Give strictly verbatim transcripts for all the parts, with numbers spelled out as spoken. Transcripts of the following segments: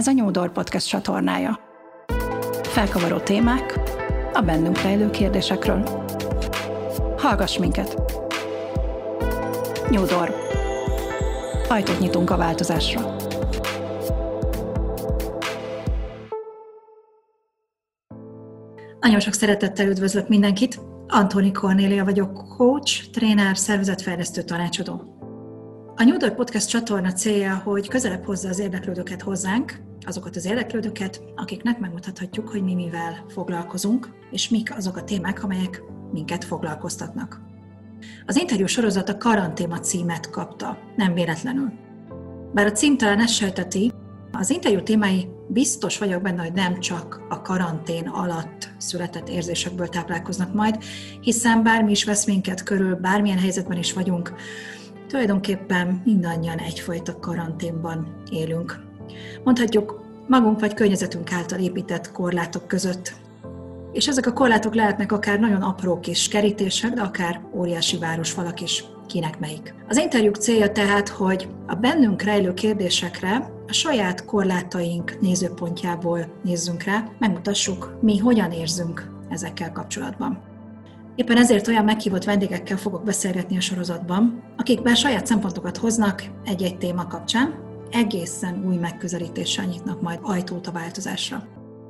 Ez a New Door Podcast csatornája. Felkavaró témák a bennünk rejlő kérdésekről. Hallgass minket! New Door. Ajtót nyitunk a változásra. Nagyon sok szeretettel üdvözlök mindenkit. Antoni Kornélia vagyok, coach, tréner, szervezetfejlesztő tanácsadó. A New Door Podcast csatorna célja, hogy közelebb hozza az érdeklődőket hozzánk, azokat az érdeklődőket, akiknek megmutathatjuk, hogy mi mivel foglalkozunk, és mik azok a témák, amelyek minket foglalkoztatnak. Az interjú sorozat a Karantéma címet kapta, nem véletlenül. Bár a cím talán ezt sejteti, az interjú témái biztos vagyok benne, hogy nem csak a karantén alatt született érzésekből táplálkoznak majd, hiszen bármi is vesz minket körül, bármilyen helyzetben is vagyunk, tulajdonképpen mindannyian egyfajta karanténban élünk. Mondhatjuk, magunk vagy környezetünk által épített korlátok között. És ezek a korlátok lehetnek akár nagyon apró kis kerítések, de akár óriási városfalak is, kinek melyik. Az interjúk célja tehát, hogy a bennünk rejlő kérdésekre a saját korlátaink nézőpontjából nézzünk rá, megmutassuk, mi hogyan érzünk ezekkel kapcsolatban. Éppen ezért olyan meghívott vendégekkel fogok beszélgetni a sorozatban, akik bár saját szempontokat hoznak egy-egy téma kapcsán, egészen új megközelítéssel nyitnak majd ajtót a változásra.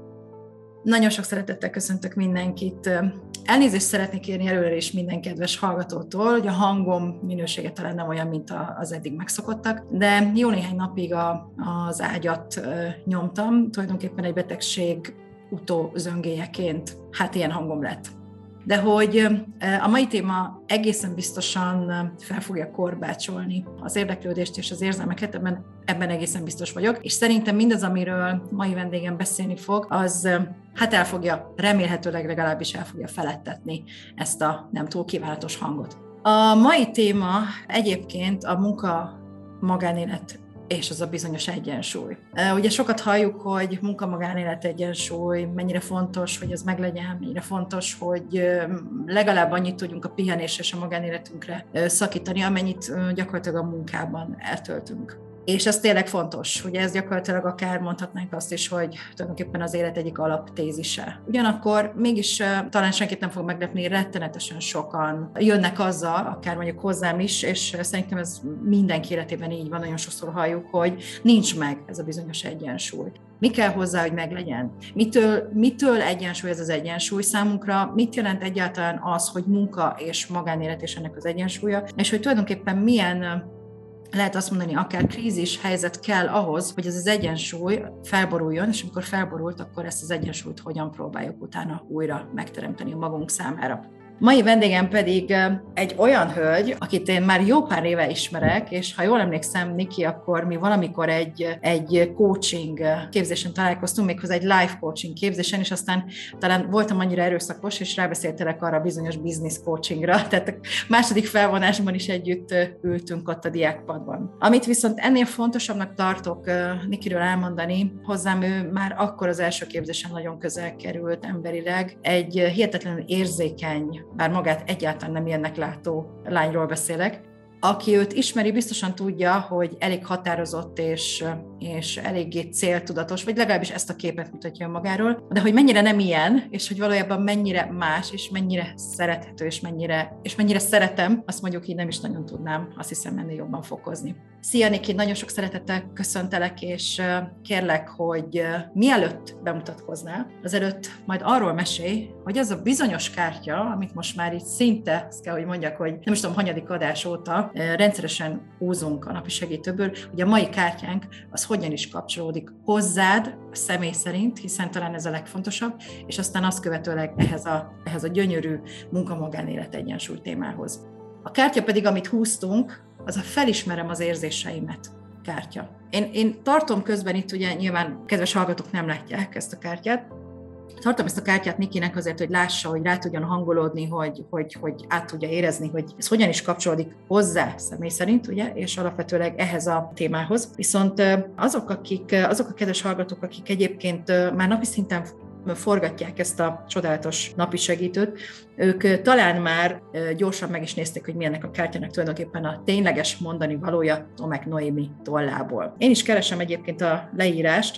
Nagyon sok szeretettel köszöntök mindenkit. Elnézést szeretnék kérni előre is minden kedves hallgatótól, hogy a hangom minősége talán nem olyan, mint az eddig megszokottak, de jó néhány napig a, az ágyat nyomtam, tulajdonképpen egy betegség utózöngéjeként, hát ilyen hangom lett. De hogy a mai téma egészen biztosan fel fogja korbácsolni az érdeklődést és az érzelmeket, ebben, ebben egészen biztos vagyok, és szerintem mindaz, amiről mai vendégem beszélni fog, az hát el fogja, remélhetőleg legalábbis el fogja feledtetni ezt a nem túl kívánatos hangot. A mai téma egyébként a munka, magánélet és az a bizonyos egyensúly. Ugye sokat halljuk, hogy munka-magánélet egyensúly, mennyire fontos, hogy ez meglegyen, mennyire fontos, hogy legalább annyit tudjunk a pihenés és a magánéletünkre szakítani, amennyit gyakorlatilag a munkában eltöltünk. És ez tényleg fontos, hogy ez gyakorlatilag akár mondhatnánk azt is, hogy tulajdonképpen az élet egyik alaptézise. Ugyanakkor mégis talán senkit nem fog meglepni, rettenetesen sokan jönnek azzal, akár mondjuk hozzám is, és szerintem ez mindenki életében így van, nagyon sokszor halljuk, hogy nincs meg ez a bizonyos egyensúly. Mi kell hozzá, hogy meglegyen? Mitől, mitől egyensúly ez az egyensúly számunkra? Mit jelent egyáltalán az, hogy munka és magánélet és ennek az egyensúlya? És hogy tulajdonképpen milyen, lehet azt mondani, akár krízis helyzet kell ahhoz, hogy ez az egyensúly felboruljon, és amikor felborult, akkor ezt az egyensúlyt hogyan próbáljuk utána újra megteremteni magunk számára. Mai vendégem pedig egy olyan hölgy, akit én már jó pár éve ismerek, és ha jól emlékszem, Niki, akkor mi valamikor egy, egy coaching képzésen találkoztunk, méghozzá egy life coaching képzésen, és aztán talán voltam annyira erőszakos, és rábeszéltelek arra a bizonyos business coachingra, tehát a második felvonásban is együtt ültünk ott a diákpadban. Amit viszont ennél fontosabbnak tartok Nikiről elmondani, hozzám ő már akkor az első képzésen nagyon közel került emberileg, egy hihetetlenül érzékeny, bár magát egyáltalán nem ilyennek látó lányról beszélek. Aki őt ismeri, biztosan tudja, hogy elég határozott és, és eléggé céltudatos, vagy legalábbis ezt a képet mutatja magáról, de hogy mennyire nem ilyen, és hogy valójában mennyire más, és mennyire szerethető, és mennyire, és mennyire szeretem, azt mondjuk így nem is nagyon tudnám, azt hiszem ennél jobban fokozni. Szia Niki, nagyon sok szeretettel köszöntelek, és kérlek, hogy mielőtt bemutatkoznál, azelőtt majd arról mesélj, hogy az a bizonyos kártya, amit most már így szinte, azt kell, hogy mondjak, hogy nem is tudom, hanyadik adás óta, rendszeresen húzunk a napi segítőből, hogy a mai kártyánk az hogyan is kapcsolódik hozzád személy szerint, hiszen talán ez a legfontosabb, és aztán azt követőleg ehhez a, ehhez a gyönyörű munka-magánélet egyensúly témához. A kártya pedig, amit húztunk, az a felismerem az érzéseimet kártya. Én, én tartom közben itt, ugye nyilván kedves hallgatók nem látják ezt a kártyát, tartom ezt a kártyát Nikinek azért, hogy lássa, hogy rá tudjon hangolódni, hogy, hogy, hogy át tudja érezni, hogy ez hogyan is kapcsolódik hozzá személy szerint, ugye, és alapvetőleg ehhez a témához. Viszont azok, akik, azok a kedves hallgatók, akik egyébként már napi szinten forgatják ezt a csodálatos napi segítőt, ők talán már gyorsan meg is nézték, hogy milyennek a kártyának tulajdonképpen a tényleges mondani valója Tomek Noémi tollából. Én is keresem egyébként a leírást,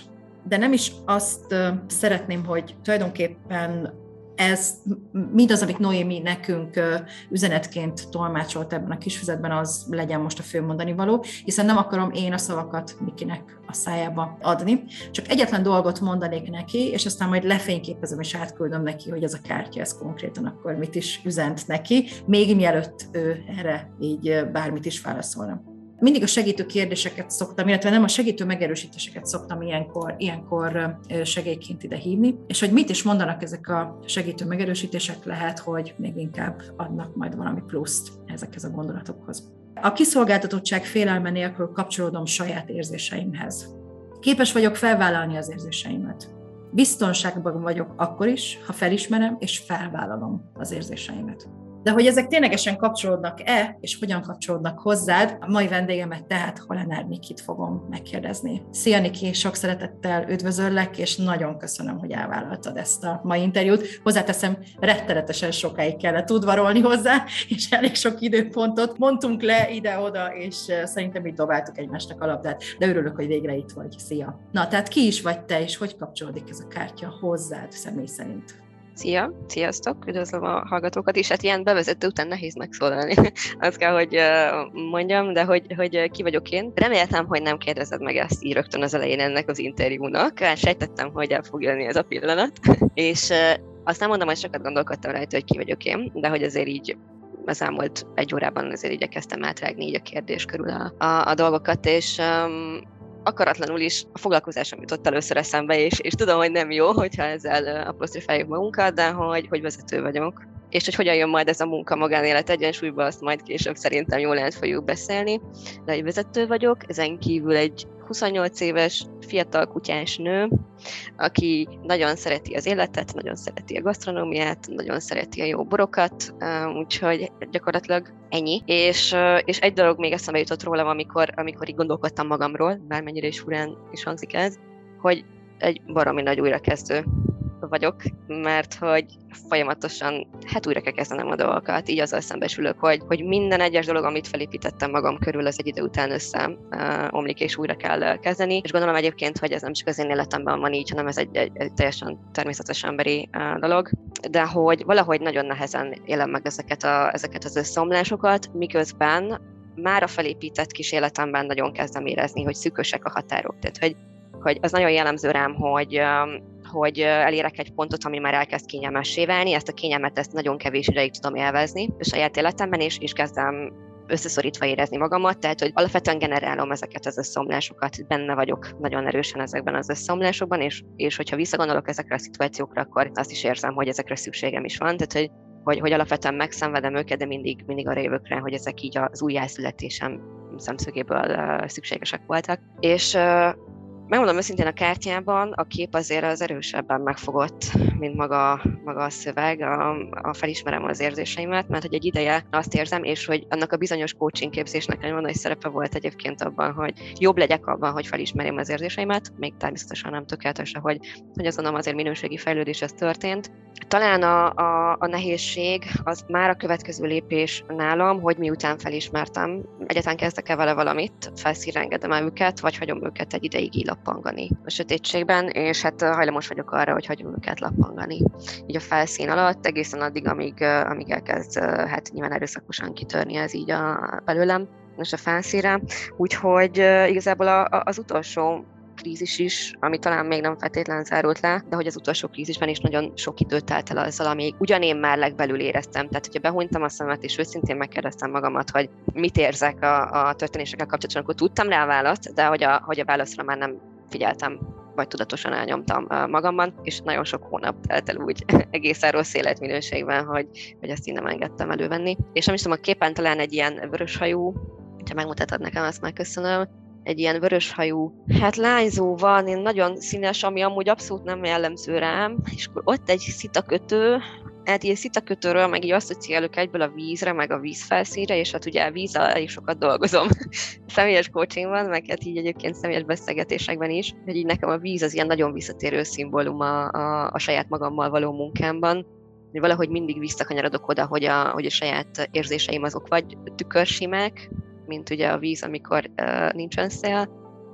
de nem is azt szeretném, hogy tulajdonképpen ez, mindaz, amit Noémi nekünk üzenetként tolmácsolt ebben a kisfüzetben, az legyen most a fő mondani való, hiszen nem akarom én a szavakat Mikinek a szájába adni. Csak egyetlen dolgot mondanék neki, és aztán majd lefényképezem és átküldöm neki, hogy ez a kártya, ez konkrétan akkor mit is üzent neki, még mielőtt ő erre így bármit is válaszolna. Mindig a segítő kérdéseket szoktam, illetve nem a segítő megerősítéseket szoktam ilyenkor, ilyenkor segélyként ide hívni, és hogy mit is mondanak ezek a segítő megerősítések, lehet, hogy még inkább adnak majd valami pluszt ezekhez a gondolatokhoz. A kiszolgáltatottság félelme nélkül kapcsolódom saját érzéseimhez. Képes vagyok felvállalni az érzéseimet. Biztonságban vagyok akkor is, ha felismerem és felvállalom az érzéseimet. De hogy ezek ténylegesen kapcsolódnak-e, és hogyan kapcsolódnak hozzád, a mai vendégemet tehát Holenár Mikit fogom megkérdezni. Szia Niki, sok szeretettel üdvözöllek, és nagyon köszönöm, hogy elvállaltad ezt a mai interjút. Hozzáteszem, rettenetesen sokáig kellett udvarolni hozzá, és elég sok időpontot mondtunk le ide-oda, és szerintem így dobáltuk egymásnak a labdát, de örülök, hogy végre itt vagy. Szia! Na, tehát ki is vagy te, és hogy kapcsolódik ez a kártya hozzád személy szerint? Szia, sziasztok, üdvözlöm a hallgatókat is. Hát ilyen bevezető után nehéz megszólalni, azt kell, hogy mondjam, de hogy, hogy ki vagyok én. Reméltem, hogy nem kérdezed meg ezt így rögtön az elején ennek az interjúnak. Sejtettem, hogy el fog jönni ez a pillanat, és azt nem mondom, hogy sokat gondolkodtam rajta, hogy ki vagyok én, de hogy azért így az elmúlt egy órában azért igyekeztem átrágni így a kérdés körül a, a, a dolgokat, és um, akaratlanul is a foglalkozásom jutott először eszembe, és, és tudom, hogy nem jó, hogyha ezzel apostrofáljuk magunkat, de hogy, hogy vezető vagyok. És hogy hogyan jön majd ez a munka-magánélet egyensúlyba, azt majd később szerintem jól át fogjuk beszélni. De egy vezető vagyok, ezen kívül egy huszonnyolc éves fiatal kutyás nő, aki nagyon szereti az életet, nagyon szereti a gasztronómiát, nagyon szereti a jó borokat, úgyhogy gyakorlatilag ennyi. És, és egy dolog még eszembe jutott rólam, amikor, amikor így gondolkodtam magamról, bármennyire is furán is hangzik ez, hogy egy baromi nagy újrakezdő vagyok, mert hogy folyamatosan, hát újra kell kezdenem a dolgokat, így azzal szembesülök, hogy, hogy minden egyes dolog, amit felépítettem magam körül, az egy idő után össze uh, omlik, és újra kell kezdeni, és gondolom egyébként, hogy ez nem csak az én életemben van így, hanem ez egy, egy, egy teljesen természetes emberi uh, dolog, de hogy valahogy nagyon nehezen élem meg ezeket, a, ezeket az összeomlásokat, miközben már a felépített kis életemben nagyon kezdem érezni, hogy szűkösek a határok, tehát hogy, hogy az nagyon jellemző rám, hogy um, hogy elérek egy pontot, ami már elkezd kényelmessé válni, ezt a kényelmet ezt nagyon kevés ideig tudom élvezni a saját életemben, és, és kezdem összeszorítva érezni magamat, tehát hogy alapvetően generálom ezeket az összeomlásokat, benne vagyok nagyon erősen ezekben az összeomlásokban, és, és hogyha visszagondolok ezekre a szituációkra, akkor azt is érzem, hogy ezekre szükségem is van, tehát hogy, hogy, hogy alapvetően megszenvedem őket, de mindig, mindig arra jövök rá, hogy ezek így az újjászületésem szemszögéből szükségesek voltak. És megmondom őszintén, a kártyában a kép azért az erősebben megfogott, mint maga, maga a szöveg, a, a felismerem az érzéseimet, mert hogy egy ideje azt érzem, és hogy annak a bizonyos coaching képzésnek nagyon nagy szerepe volt egyébként abban, hogy jobb legyek abban, hogy felismerjem az érzéseimet, még természetesen nem tökéletes, hogy, hogy azonnal azért minőségi fejlődés ez történt. Talán a, a, a nehézség az már a következő lépés nálam, hogy miután felismertem, egyáltalán kezdek-e vele valamit, felszínre engedem el őket, vagy hagyom őket egy ideig így lappangani a sötétségben, és hát hajlamos vagyok arra, hogy hagyom őket lappangani. Így a felszín alatt egészen addig, amíg, amíg elkezd hát nyilván erőszakosan kitörni ez így a, belőlem, és a felszínre. Úgyhogy igazából a, a, az utolsó krízis is, ami talán még nem feltétlenül zárult le, de hogy az utolsó krízisben is nagyon sok időt telt el azzal, amíg ugyanén már legbelül éreztem. Tehát, hogyha behunytam a szemet, és őszintén megkérdeztem magamat, hogy mit érzek a, a történésekkel kapcsolatban, akkor tudtam rá a választ, de hogy a, hogy a válaszra már nem figyeltem, vagy tudatosan elnyomtam magamban, és nagyon sok hónap telt el úgy egészen rossz életminőségben, hogy, hogy ezt így nem engedtem elővenni. És nem is tudom, a képen talán egy ilyen vöröshajú, ha megmutatod nekem, azt megköszönöm, egy ilyen vöröshajú, hát lányzó van, én nagyon színes, ami amúgy abszolút nem jellemző rám, és akkor ott egy szitakötő, hát ilyen szitakötőről meg így asszociálok egyből a vízre, meg a vízfelszínre, és hát ugye a vízzel elég sokat dolgozom személyes coachingban, meg hát így egyébként személyes beszélgetésekben is, hogy így nekem a víz az ilyen nagyon visszatérő szimbólum a, a, a saját magammal való munkámban, hogy valahogy mindig visszakanyarodok oda, hogy a, hogy a saját érzéseim azok vagy tükörsimák, mint ugye a víz, amikor uh, nincsen szél,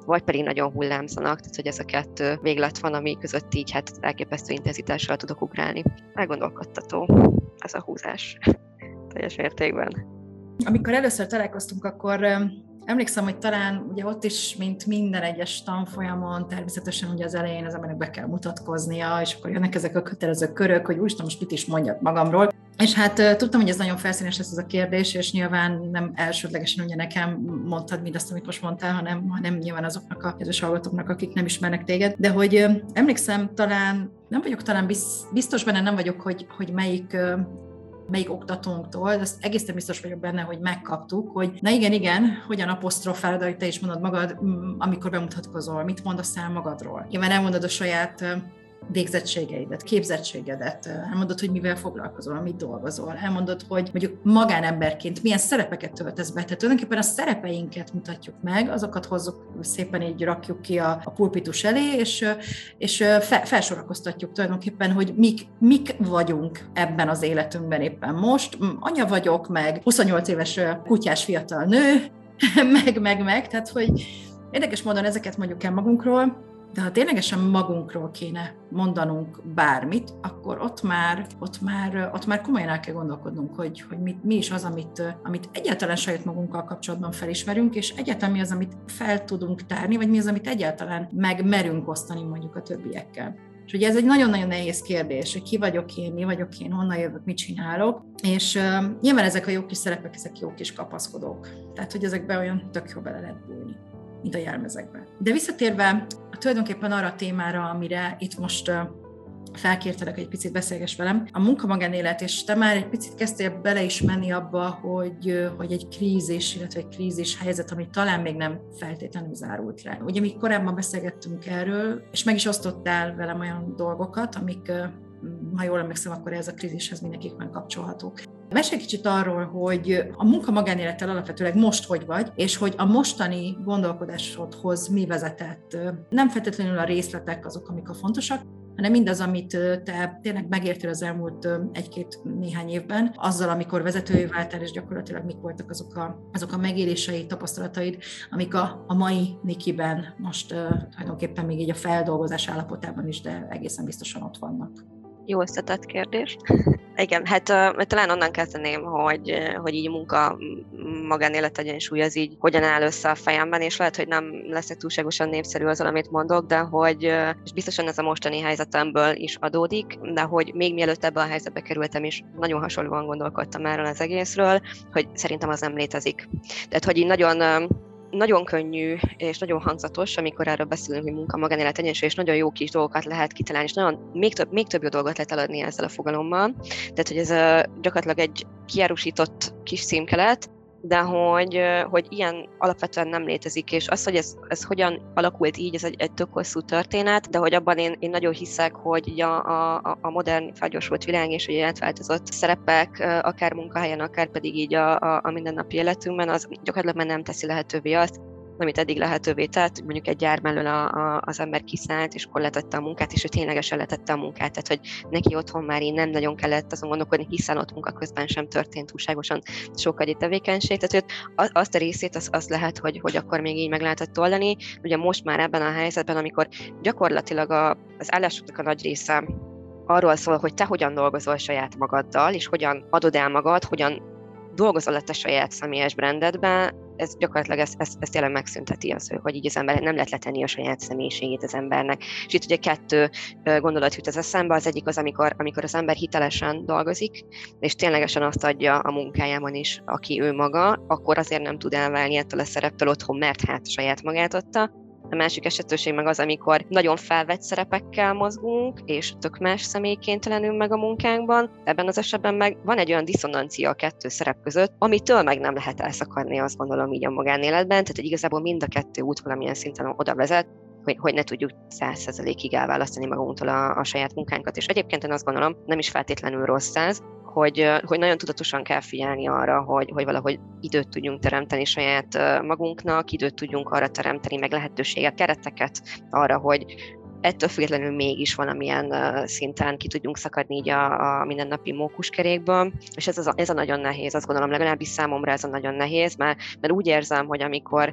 vagy pedig nagyon hullámzanak, tehát hogy ez a kettő véglet van, ami között így hát elképesztő intenzitással tudok ugrálni. Elgondolkodtató ez a húzás teljes mértékben. Amikor először találkoztunk, akkor emlékszem, hogy talán ugye ott is, mint minden egyes tanfolyamon, természetesen ugye az elején az embernek be kell mutatkoznia, és akkor jönnek ezek a kötelező körök, hogy úristen, most mit is mondjak magamról. És hát tudtam, hogy ez nagyon felszínes lesz ez a kérdés, és nyilván nem elsődlegesen ugye nekem mondtad mindazt, amit most mondtál, hanem, hanem nyilván azoknak a kedves hallgatóknak, akik nem ismernek téged. De hogy emlékszem, talán, nem vagyok talán biztos benne, nem vagyok, hogy, hogy melyik melyik oktatónktól, de azt egészen biztos vagyok benne, hogy megkaptuk, hogy na igen, igen, hogyan apostrofálod, ahogy te is mondod magad, amikor bemutatkozol, mit mondasz el magadról. Nyilván elmondod a saját végzettségeidet, képzettségedet, elmondod, hogy mivel foglalkozol, mit dolgozol, elmondod, hogy mondjuk magánemberként milyen szerepeket töltesz be, tehát tulajdonképpen a szerepeinket mutatjuk meg, azokat hozzuk, szépen így rakjuk ki a, a pulpitus elé, és, és fe, felsorakoztatjuk tulajdonképpen, hogy mik, mik vagyunk ebben az életünkben éppen most. Anya vagyok, meg huszonnyolc éves kutyás fiatal nő, meg, meg, meg, tehát hogy érdekes módon ezeket mondjuk el magunkról, de ha ténylegesen magunkról kéne mondanunk bármit, akkor ott már, ott már, ott már komolyan el kell gondolkodnunk, hogy, hogy mi, mi is az, amit, amit egyáltalán saját magunkkal kapcsolatban felismerünk, és egyáltalán mi az, amit fel tudunk tárni, vagy mi az, amit egyáltalán megmerünk osztani mondjuk a többiekkel. És ugye ez egy nagyon-nagyon nehéz kérdés, hogy ki vagyok én, mi vagyok én, honnan jövök, mit csinálok, és uh, nyilván ezek a jó kis szerepek, ezek jó kis kapaszkodók. Tehát, hogy ezekbe olyan tök jó bele lehet bújni, mint a jelmezekben. De visszatérve tulajdonképpen arra a témára, amire itt most felkértelek, hogy egy picit beszélgess velem, a munka-magánélet, és te már egy picit kezdtél bele is menni abba, hogy, hogy egy krízis, illetve egy krízis helyzet, ami talán még nem feltétlenül zárult le. Ugye mi korábban beszélgettünk erről, és meg is osztottál velem olyan dolgokat, amik, ha jól emlékszem, akkor ez a krízishez mindenképpen kapcsolhatók. Mesélj kicsit arról, hogy a munka-magánélettel alapvetőleg most hogy vagy, és hogy a mostani gondolkodásodhoz mi vezetett. Nem feltétlenül a részletek azok, amik a fontosak, hanem mindaz, amit te tényleg megértél az elmúlt egy-két néhány évben, azzal, amikor vezetővé váltál, és gyakorlatilag mik voltak azok a, azok a megélései, tapasztalataid, amik a, a mai Nikiben most uh, tulajdonképpen még így a feldolgozás állapotában is, de egészen biztosan ott vannak. Jó összetett kérdés. Igen, hát uh, talán onnan kezdeném, hogy, hogy így munka magánélet egyensúly az így hogyan áll össze a fejemben, és lehet, hogy nem leszek túlságosan népszerű azzal, amit mondok, de hogy, és biztosan ez a mostani helyzetemből is adódik, de hogy még mielőtt ebbe a helyzetbe kerültem is, nagyon hasonlóan gondolkodtam erről az egészről, hogy szerintem az nem létezik. Tehát, hogy így nagyon nagyon könnyű és nagyon hangzatos, amikor erről beszélünk, hogy munka, magánélet egyensúly, és nagyon jó kis dolgokat lehet kitalálni, és nagyon, még, több, még több jó dolgot lehet eladni ezzel a fogalommal. Tehát, hogy ez a, gyakorlatilag egy kiárusított kis címkelet, de hogy, hogy ilyen alapvetően nem létezik, és az, hogy ez, ez hogyan alakult így, ez egy, egy tök hosszú történet, de hogy abban én, én nagyon hiszek, hogy a, a, a modern, felgyorsult világ és ugye átváltozott szerepek, akár munkahelyen, akár pedig így a, a, a mindennapi életünkben, az gyakorlatilag már nem teszi lehetővé azt, amit eddig lehetővé tett, mondjuk egy gyár mellől a, a, az ember kiszállt, és akkor letette a munkát, és ő ténylegesen letette a munkát, tehát hogy neki otthon már így nem nagyon kellett azon gondolkodni, hiszen ott munka közben sem történt túlságosan sok agyi tevékenység, tehát hogy azt a részét az, az lehet, hogy, hogy akkor még így meg lehetett oldani. Ugye most már ebben a helyzetben, amikor gyakorlatilag a, az állásoknak a nagy része arról szól, hogy te hogyan dolgozol saját magaddal, és hogyan adod el magad, hogyan dolgozol a te saját személyes brandedben, ez gyakorlatilag ezt, ezt, ezt tényleg megszünteti az, hogy így az ember nem lehet letenni a saját személyiségét az embernek. És itt ugye kettő gondolat jut az eszembe, az egyik az, amikor, amikor az ember hitelesen dolgozik, és ténylegesen azt adja a munkájában is, aki ő maga, akkor azért nem tud elválni ettől a szereptől otthon, mert hát saját magát adta. A másik esetőség meg az, amikor nagyon felvett szerepekkel mozgunk, és tök más személyként jelenünk meg a munkánkban. Ebben az esetben meg van egy olyan diszonancia a kettő szerep között, amitől meg nem lehet elszakadni, azt gondolom így a magánéletben, tehát hogy igazából mind a kettő út valamilyen szinten oda vezet, hogy, hogy ne tudjuk száz százalékig elválasztani magunktól a, a saját munkánkat. És egyébként én azt gondolom, nem is feltétlenül rossz ez, hogy, hogy nagyon tudatosan kell figyelni arra, hogy, hogy valahogy időt tudjunk teremteni saját magunknak, időt tudjunk arra teremteni, meg lehetőséget, kereteket arra, hogy ettől függetlenül mégis valamilyen szinten ki tudjunk szakadni így a, a mindennapi mókuskerékből, és ez, az a, ez a nagyon nehéz, azt gondolom, legalábbis számomra ez a nagyon nehéz, mert, mert úgy érzem, hogy amikor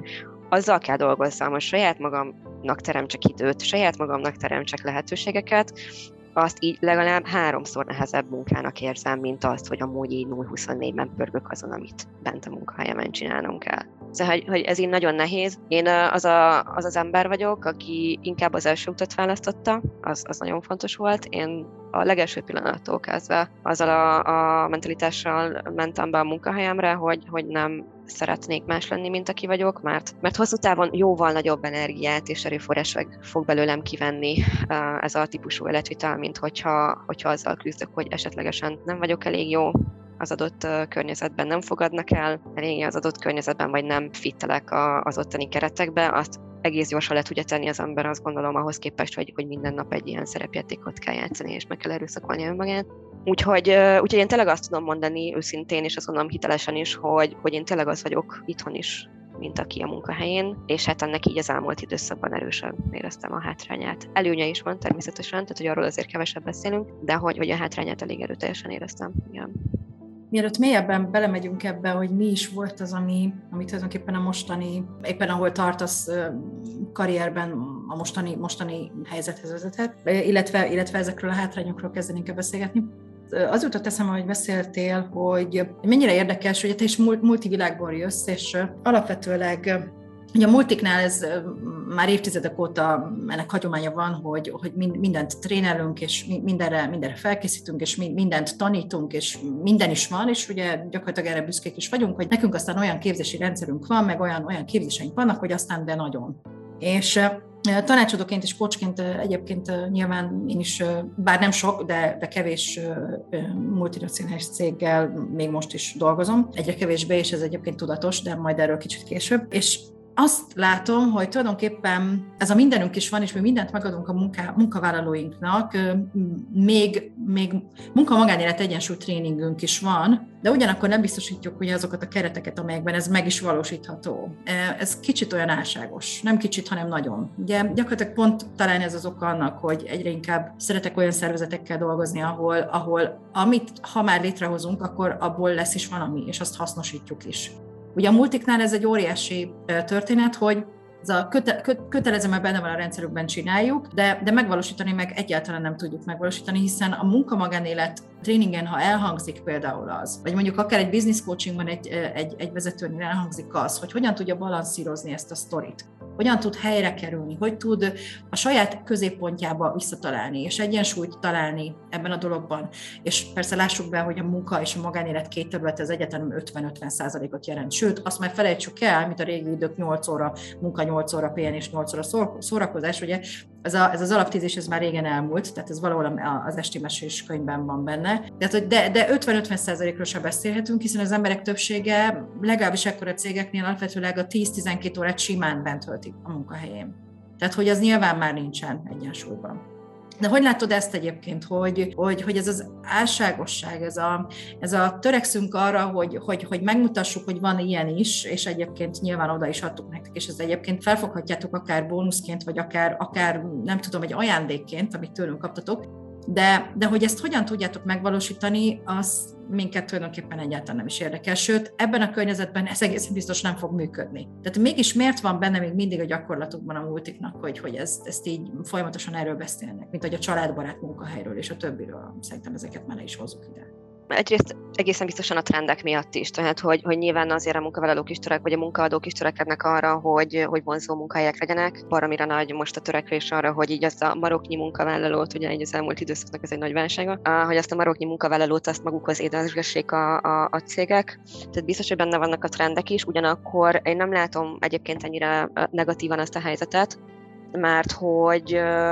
azzal kell dolgozzam, hogy saját magamnak teremtsek időt, saját magamnak teremtsek lehetőségeket, azt így legalább háromszor nehezebb munkának érzem, mint azt, hogy amúgy így nulla huszonnégyben pörgök azon, amit bent a munkahelyemen csinálnom kell. Szóval, hogy, hogy ez így nagyon nehéz. Én az, a, az az ember vagyok, aki inkább az első utat választotta, az, az nagyon fontos volt. Én a legelső pillanattól kezdve azzal a, a mentalitással mentem be a munkahelyemre, hogy, hogy nem szeretnék más lenni, mint aki vagyok, mert, mert hosszú távon jóval nagyobb energiát és erőforrás fog belőlem kivenni ez a típusú életvitel, mint hogyha, hogyha azzal küzdök, hogy esetlegesen nem vagyok elég jó az adott környezetben, nem fogadnak el eléggé az adott környezetben, vagy nem fittelek az ottani keretekbe, azt egész gyorsan le tudja tenni az ember, azt gondolom, ahhoz képest, hogy, hogy minden nap egy ilyen szerepjátékot kell játszani, és meg kell erőszakolni önmagát. Úgyhogy, úgyhogy én tényleg azt tudom mondani őszintén, és azt gondolom hitelesen is, hogy, hogy én tényleg az vagyok itthon is, mint aki a munkahelyén, és hát ennek így az elmúlt időszakban erősen éreztem a hátrányát. Előnye is van természetesen, tehát hogy arról azért kevesebb beszélünk, de hogy, hogy a hátrányát elég erőteljesen éreztem. Igen. Mielőtt mélyebben belemegyünk ebbe, hogy mi is volt az, ami, ami tulajdonképpen a mostani, éppen ahol tartasz karrierben, a mostani, mostani helyzethez vezethet, illetve, illetve ezekről a hátrányokról kezdenénk el beszélgetni. Az jutott eszembe, hogy beszéltél, hogy mennyire érdekes, hogy te is multivilágból jössz, és alapvetőleg ugye a multiknál ez már évtizedek óta ennek hagyománya van, hogy, hogy mindent trénelünk, és mindenre, mindenre felkészítünk, és mindent tanítunk, és minden is van, és ugye gyakorlatilag erre büszkék is vagyunk, hogy nekünk aztán olyan képzési rendszerünk van, meg olyan, olyan képzéseink vannak, hogy aztán de nagyon. És tanácsadóként és coachként egyébként nyilván én is, bár nem sok, de, de kevés multinacionális céggel még most is dolgozom. Egyre kevésbé, és ez egyébként tudatos, de majd erről kicsit később. És azt látom, hogy tulajdonképpen ez a mindenünk is van, és mi mindent megadunk a munká, munkavállalóinknak, még, még munka-magánélet egyensúly tréningünk is van, de ugyanakkor nem biztosítjuk ugye azokat a kereteket, amelyekben ez meg is valósítható. Ez kicsit olyan álságos, nem kicsit, hanem nagyon. Ugye gyakorlatilag pont talán ez az oka annak, hogy egyre inkább szeretek olyan szervezetekkel dolgozni, ahol, ahol amit ha már létrehozunk, akkor abból lesz is valami, és azt hasznosítjuk is. Ugye a multiknál ez egy óriási történet, hogy ez a köte, kö, kötelező, mert benne van a rendszerükben csináljuk, de, de megvalósítani meg egyáltalán nem tudjuk megvalósítani, hiszen a munka-magánélet tréningen, ha elhangzik például az, vagy mondjuk akár egy business coachingban egy, egy, egy vezetőnél elhangzik az, hogy hogyan tudja balanszírozni ezt a sztorit, hogyan tud helyre kerülni, hogy tud a saját középpontjába visszatalálni, és egyensúlyt találni ebben a dologban. És persze lássuk be, hogy a munka és a magánélet két terület az egyetem ötven-ötven százalékot jelent. Sőt, azt már felejtsük el, mint a régi idők nyolc óra munka, nyolc óra pihenés, nyolc óra szórakozás, ugye ez, a, ez az alaptézés ez már régen elmúlt, tehát ez valahol az esti mesés könyvben van benne. De, de ötven-ötven százalékról sem beszélhetünk, hiszen az emberek többsége legalábbis ekkora cégeknél alapvetőleg a tíz-tizenkét órát simán bent töltik a munkahelyén. Tehát, hogy az nyilván már nincsen egyensúlyban. De hogy látod ezt egyébként, hogy, hogy, hogy ez az álságosság, ez a, ez a törekszünk arra, hogy, hogy, hogy megmutassuk, hogy van ilyen is, és egyébként nyilván oda is adtuk nektek, és ez egyébként felfoghatjátok akár bónuszként, vagy akár, akár nem tudom, egy ajándékként, amit tőlünk kaptatok, de, de hogy ezt hogyan tudjátok megvalósítani, az minket tulajdonképpen egyáltalán nem is érdekel, sőt, ebben a környezetben ez egészen biztos nem fog működni. Tehát mégis miért van benne még mindig a gyakorlatukban a multiknak, hogy, hogy ezt, ezt így folyamatosan erről beszélnek, mint hogy a családbarát munkahelyről és a többiről. Szerintem ezeket már le is hozzuk ide. Egyrészt egészen biztosan a trendek miatt is, tehát hogy, hogy nyilván azért a munkavállalók is törek, vagy a munkaadók is törekednek arra, hogy, hogy vonzó munkahelyek legyenek. Baromira nagy most a törekvés arra, hogy így azt a maroknyi munkavállalót, ugye így az elmúlt időszaknak ez egy nagy válsága, hogy azt a maroknyi munkavállalót azt magukhoz édesgessék a, a, a cégek. Tehát biztos, hogy benne vannak a trendek is, ugyanakkor én nem látom egyébként ennyire negatívan ezt a helyzetet, mert hogy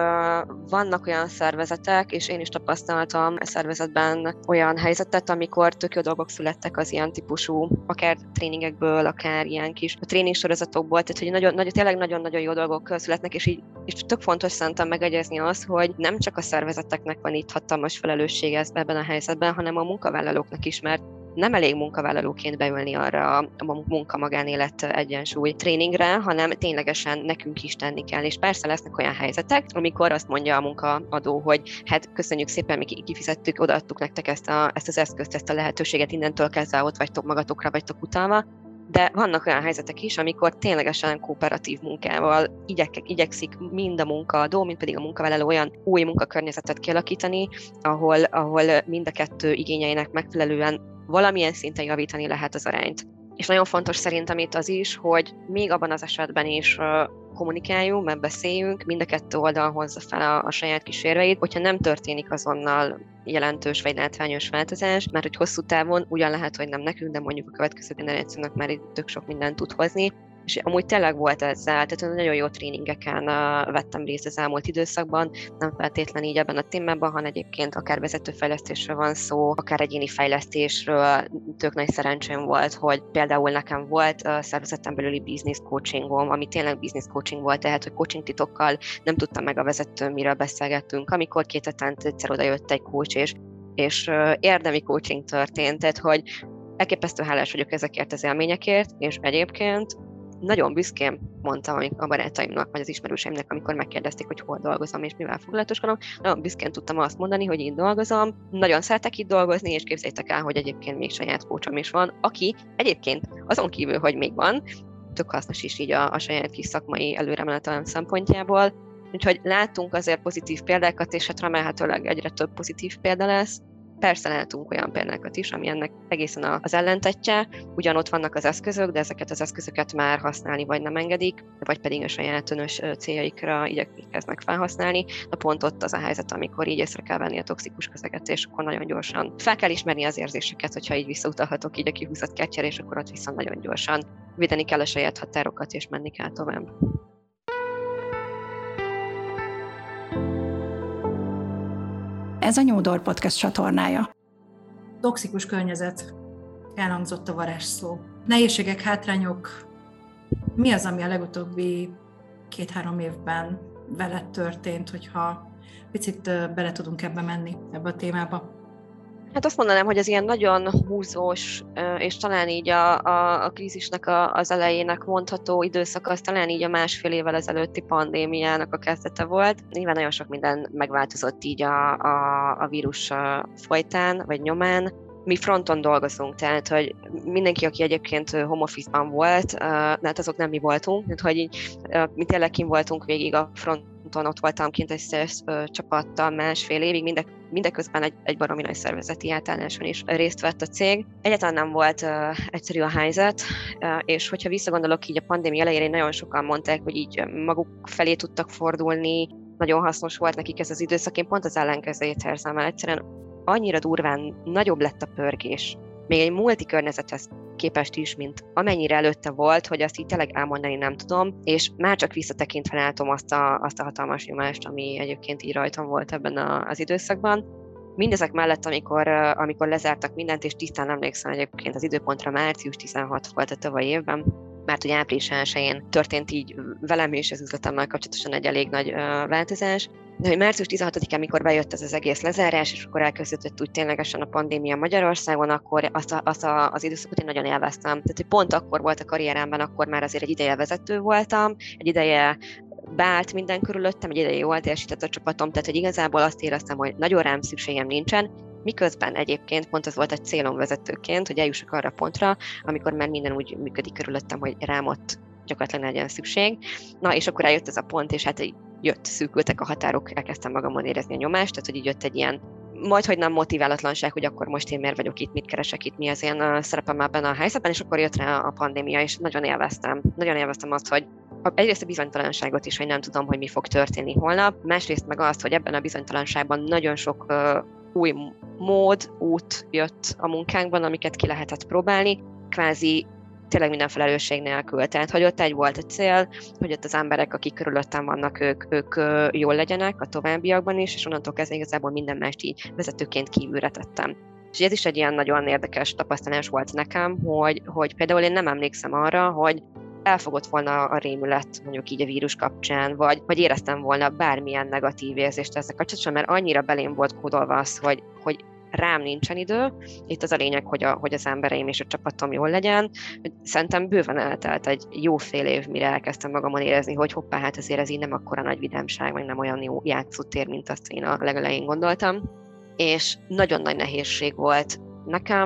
vannak olyan szervezetek, és én is tapasztaltam a szervezetben olyan helyzetet, amikor tök jó dolgok születtek az ilyen típusú, akár tréningekből, akár ilyen kis tréningssorozatokból, tehát hogy nagyon, nagyon, tényleg nagyon-nagyon jó dolgok születnek, és így és tök fontos szerintem megegyezni az, hogy nem csak a szervezeteknek van itt hatalmas felelőssége ebben a helyzetben, hanem a munkavállalóknak is, mert nem elég munkavállalóként beülni arra a munka-magánélet egyensúly tréningre, hanem ténylegesen nekünk is tenni kell. És persze lesznek olyan helyzetek, amikor azt mondja a munkaadó, hogy hát köszönjük szépen, mi kifizettük, odaadtuk nektek ezt, a, ezt az eszközt, ezt a lehetőséget, innentől kezdve ott vagytok magatokra, vagytok utalva. de vannak olyan helyzetek is, amikor ténylegesen kooperatív munkával igyek, igyekszik mind a munkaadó, mind pedig a munkavállaló olyan új munkakörnyezetet kialakítani, ahol, ahol mind a kettő igényeinek megfelelően valamilyen szinten javítani lehet az arányt. És nagyon fontos szerintem itt az is, hogy még abban az esetben is kommunikáljunk, mert beszéljünk, mind a kettő oldal hozza fel a, a saját kísérveit, hogyha nem történik azonnal jelentős vagy látványos változás, mert hogy hosszú távon ugyan lehet, hogy nem nekünk, de mondjuk a következő generációnak már itt tök sok mindent tud hozni, és amúgy tényleg volt ezzel, tehát nagyon jó tréningeken uh, vettem részt az elmúlt időszakban, nem feltétlenül így ebben a témában, hanem egyébként akár vezetőfejlesztésről van szó, akár egyéni fejlesztésről. Tök nagy szerencsém volt, hogy például nekem volt uh, szervezeten belüli business coachingom, ami tényleg business coaching volt, tehát hogy coaching titokkal nem tudtam meg a vezetőm, miről beszélgettünk, amikor két hetente egyszer oda jött egy coach, és, és uh, érdemi coaching történt, tehát hogy elképesztő hálás vagyok ezekért az élményekért, és egyébként nagyon büszkén mondtam a barátaimnak, vagy az ismerőseimnek, amikor megkérdezték, hogy hol dolgozom és mivel foglalatoskodom, nagyon büszkén tudtam azt mondani, hogy itt dolgozom, nagyon szeretek itt dolgozni, és képzeljétek el, hogy egyébként még saját coachom is van, aki egyébként azon kívül, hogy még van, tök hasznos is így a, a saját kis szakmai előremenetelem szempontjából. Úgyhogy láttunk azért pozitív példákat, és hát remélhetőleg egyre több pozitív példa lesz. Persze látunk olyan példákat is, ami ennek egészen az ellentetje, ugyan ott vannak az eszközök, de ezeket az eszközöket már használni vagy nem engedik, vagy pedig a saját önös céljaikra igyekeznek felhasználni. De pont ott az a helyzet, amikor így észre kell venni a toxikus közeget, és akkor nagyon gyorsan fel kell ismerni az érzéseket, hogyha így visszautalhatok így a kihúzott keccsere, és akkor ott viszont nagyon gyorsan védeni kell a saját határokat, és menni kell tovább. Ez a New Door Podcast csatornája. Toxikus környezet. Elhangzott a varázsszó. Nehézségek, hátrányok. Mi az, ami a legutóbbi két-három évben veled történt, hogyha picit bele tudunk ebbe menni, ebbe a témába? Hát azt mondanám, hogy az ilyen nagyon húzós, és talán így a, a, a krízisnek a, az elejének mondható időszak, az talán így a másfél évvel ezelőtti pandémiának a kezdete volt. Nyilván nagyon sok minden megváltozott így a, a, a vírus folytán, vagy nyomán. Mi fronton dolgozunk, tehát hogy mindenki, aki egyébként home office-ban volt, hát azok nem mi voltunk, tehát hogy így, mi tényleg kim voltunk végig a fronton, ott voltam kint egy sales csapattal másfél évig, mindek, mindeközben egy, egy baromi nagy szervezeti átálláson is részt vett a cég. Egyáltalán nem volt uh, egyszerű a helyzet, uh, és hogyha visszagondolok így a pandémia elejére, nagyon sokan mondták, hogy így maguk felé tudtak fordulni, nagyon hasznos volt nekik ez az időszak, én pont az ellenkezőjét érzem el, egyszerűen annyira durván nagyobb lett a pörgés, még egy multi környezethez képest is, mint amennyire előtte volt, hogy azt így tényleg elmondani nem tudom, és már csak visszatekintve látom azt a, azt a hatalmas nyomást, ami egyébként így rajtam volt ebben a, az időszakban. Mindezek mellett, amikor, amikor lezártak mindent, és tisztán emlékszem egyébként az időpontra, március tizenhatodika volt a tavalyi évben, mert hogy április elsején történt így velem és az üzletemmel kapcsolatosan egy elég nagy uh, változás. De hogy március tizenhatodikán, amikor bejött ez az egész lezárás, és akkor elkezdődött úgy ténylegesen a pandémia Magyarországon, akkor azt, a, azt a, az időszakot én nagyon élveztem. Tehát, hogy pont akkor volt a karrieremben, akkor már azért egy ideje vezető voltam, egy ideje beállt minden körülöttem, egy ideje jól teljesített a csapatom, tehát hogy igazából azt éreztem, hogy nagyon rám szükségem nincsen, miközben egyébként pont az volt egy célom vezetőként, hogy eljussak arra a pontra, amikor már minden úgy működik körülöttem, hogy rám ott gyakorlatilag ne legyen szükség. Na, és akkor eljött ez a pont, és hát jött, szűkültek a határok, elkezdtem magamon érezni a nyomást, tehát hogy így jött egy ilyen majdhogy nem motiválatlanság, hogy akkor most én miért vagyok itt, mit keresek itt, mi az én uh, szerepem ebben a helyzetben, és akkor jött rá a pandémia, és nagyon élveztem. Nagyon élveztem azt, hogy egyrészt a bizonytalanságot is, hogy nem tudom, hogy mi fog történni holnap, másrészt meg azt, hogy ebben a bizonytalanságban nagyon sok uh, új mód, út jött a munkánkban, amiket ki lehetett próbálni, kvázi tényleg minden felelősség nélkül. Tehát, hogy ott egy volt a cél, hogy ott az emberek, akik körülöttem vannak, ők, ők jól legyenek a továbbiakban is, és onnantól kezdve igazából minden mást így vezetőként kívülre tettem. És ez is egy ilyen nagyon érdekes tapasztalás volt nekem, hogy, hogy például én nem emlékszem arra, hogy elfogott volna a rémület mondjuk így a vírus kapcsán, vagy, vagy éreztem volna bármilyen negatív érzést ezzel kapcsolatban, mert annyira belém volt kódolva az, hogy, hogy rám nincsen idő, itt az a lényeg, hogy, a, hogy az embereim és a csapatom jól legyen. Szerintem bőven eltelt egy jó fél év, mire elkezdtem magamon érezni, hogy hoppá, hát azért ez így nem akkora nagy vidámság, meg nem olyan jó játszótér, mint azt én a legelején gondoltam. És nagyon nagy nehézség volt nekem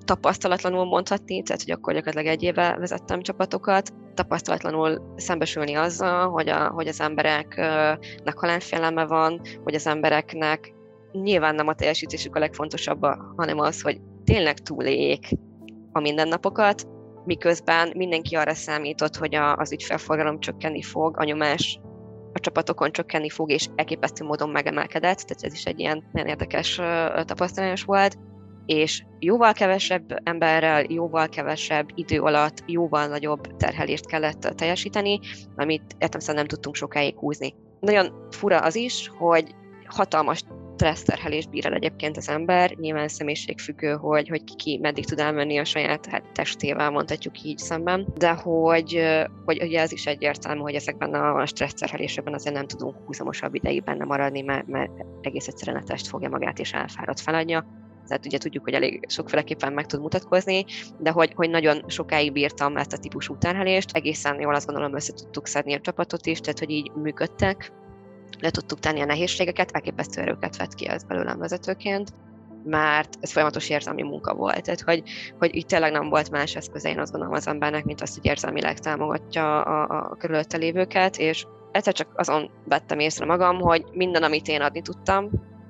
tapasztalatlanul mondhatni, tehát hogy akkor gyakorlatilag egy éve vezettem csapatokat, tapasztalatlanul szembesülni azzal, hogy, a, hogy az embereknek halálfélelme van, hogy az embereknek nyilván nem a teljesítésük a legfontosabb, hanem az, hogy tényleg túléljék a mindennapokat, miközben mindenki arra számított, hogy a, az ügyfélforgalom csökkenni fog, a nyomás a csapatokon csökkenni fog, és elképesztő módon megemelkedett, tehát ez is egy ilyen nagyon érdekes tapasztalás volt, és jóval kevesebb emberrel, jóval kevesebb idő alatt, jóval nagyobb terhelést kellett teljesíteni, amit értelemszerűen nem tudtunk sokáig húzni. Nagyon fura az is, hogy hatalmas stresszterhelést bír el egyébként az ember, nyilván személyiségfüggő, hogy, hogy ki, ki meddig tud elmenni a saját hát, testével, mondhatjuk így szemben, de hogy, hogy ugye ez is egyértelmű, hogy ezekben a stresszterhelésben azért nem tudunk húzamosabb ideig benne maradni, mert, mert egész egyszerűen a test fogja magát és elfárad, feladja. Tehát ugye tudjuk, hogy elég sokféleképpen meg tud mutatkozni, de hogy, hogy nagyon sokáig bírtam ezt a típusú terhelést, egészen jól azt gondolom össze tudtuk szedni a csapatot is, tehát hogy így működtek, le tudtuk tenni a nehézségeket, elképesztő erőket vett ki ez belőlem vezetőként, mert ez folyamatos érzelmi munka volt. Tehát, hogy, hogy itt tényleg nem volt más eszköze, én azt gondolom az embernek, mint azt, hogy érzelmileg támogatja a, a körülötte lévőket, és egyszer csak azon vettem észre magam, hogy minden, amit én adni tudtam,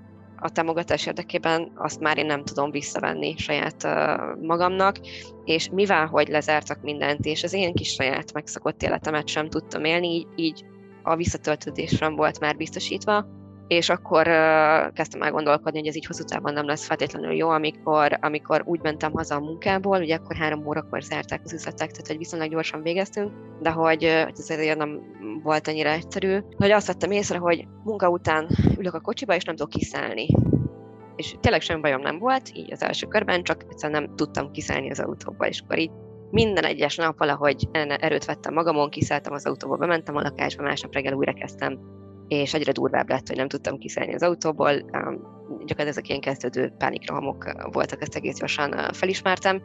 a támogatás érdekében azt már én nem tudom visszavenni saját uh, magamnak, és mivel, hogy lezártak mindent, és az én kis saját megszokott életemet sem tudtam élni, így, így a visszatöltődés sem volt már biztosítva, és akkor uh, kezdtem el gondolkodni, hogy ez így hosszú távon nem lesz feltétlenül jó, amikor, amikor úgy mentem haza a munkából, ugye akkor három órakor zárták az üzletek, tehát hogy viszonylag gyorsan végeztünk, de hogy, uh, hogy ez azért nem volt annyira egyszerű, hogy azt vettem észre, hogy munka után ülök a kocsiba, és nem tudok kiszállni. És tényleg semmi bajom nem volt, így az első körben, csak egyszerűen nem tudtam kiszállni az autóba, és akkor így minden egyes nap valahogy erőt vettem magamon, kiszálltam az autóba, bementem a lakásba, másnap reggel újra kezdtem, és egyre durvább lett, hogy nem tudtam kiszállni az autóból. Gyakorlatilag ezek ilyen kezdődő pánikrohamok voltak, ezt egész gyorsan felismertem,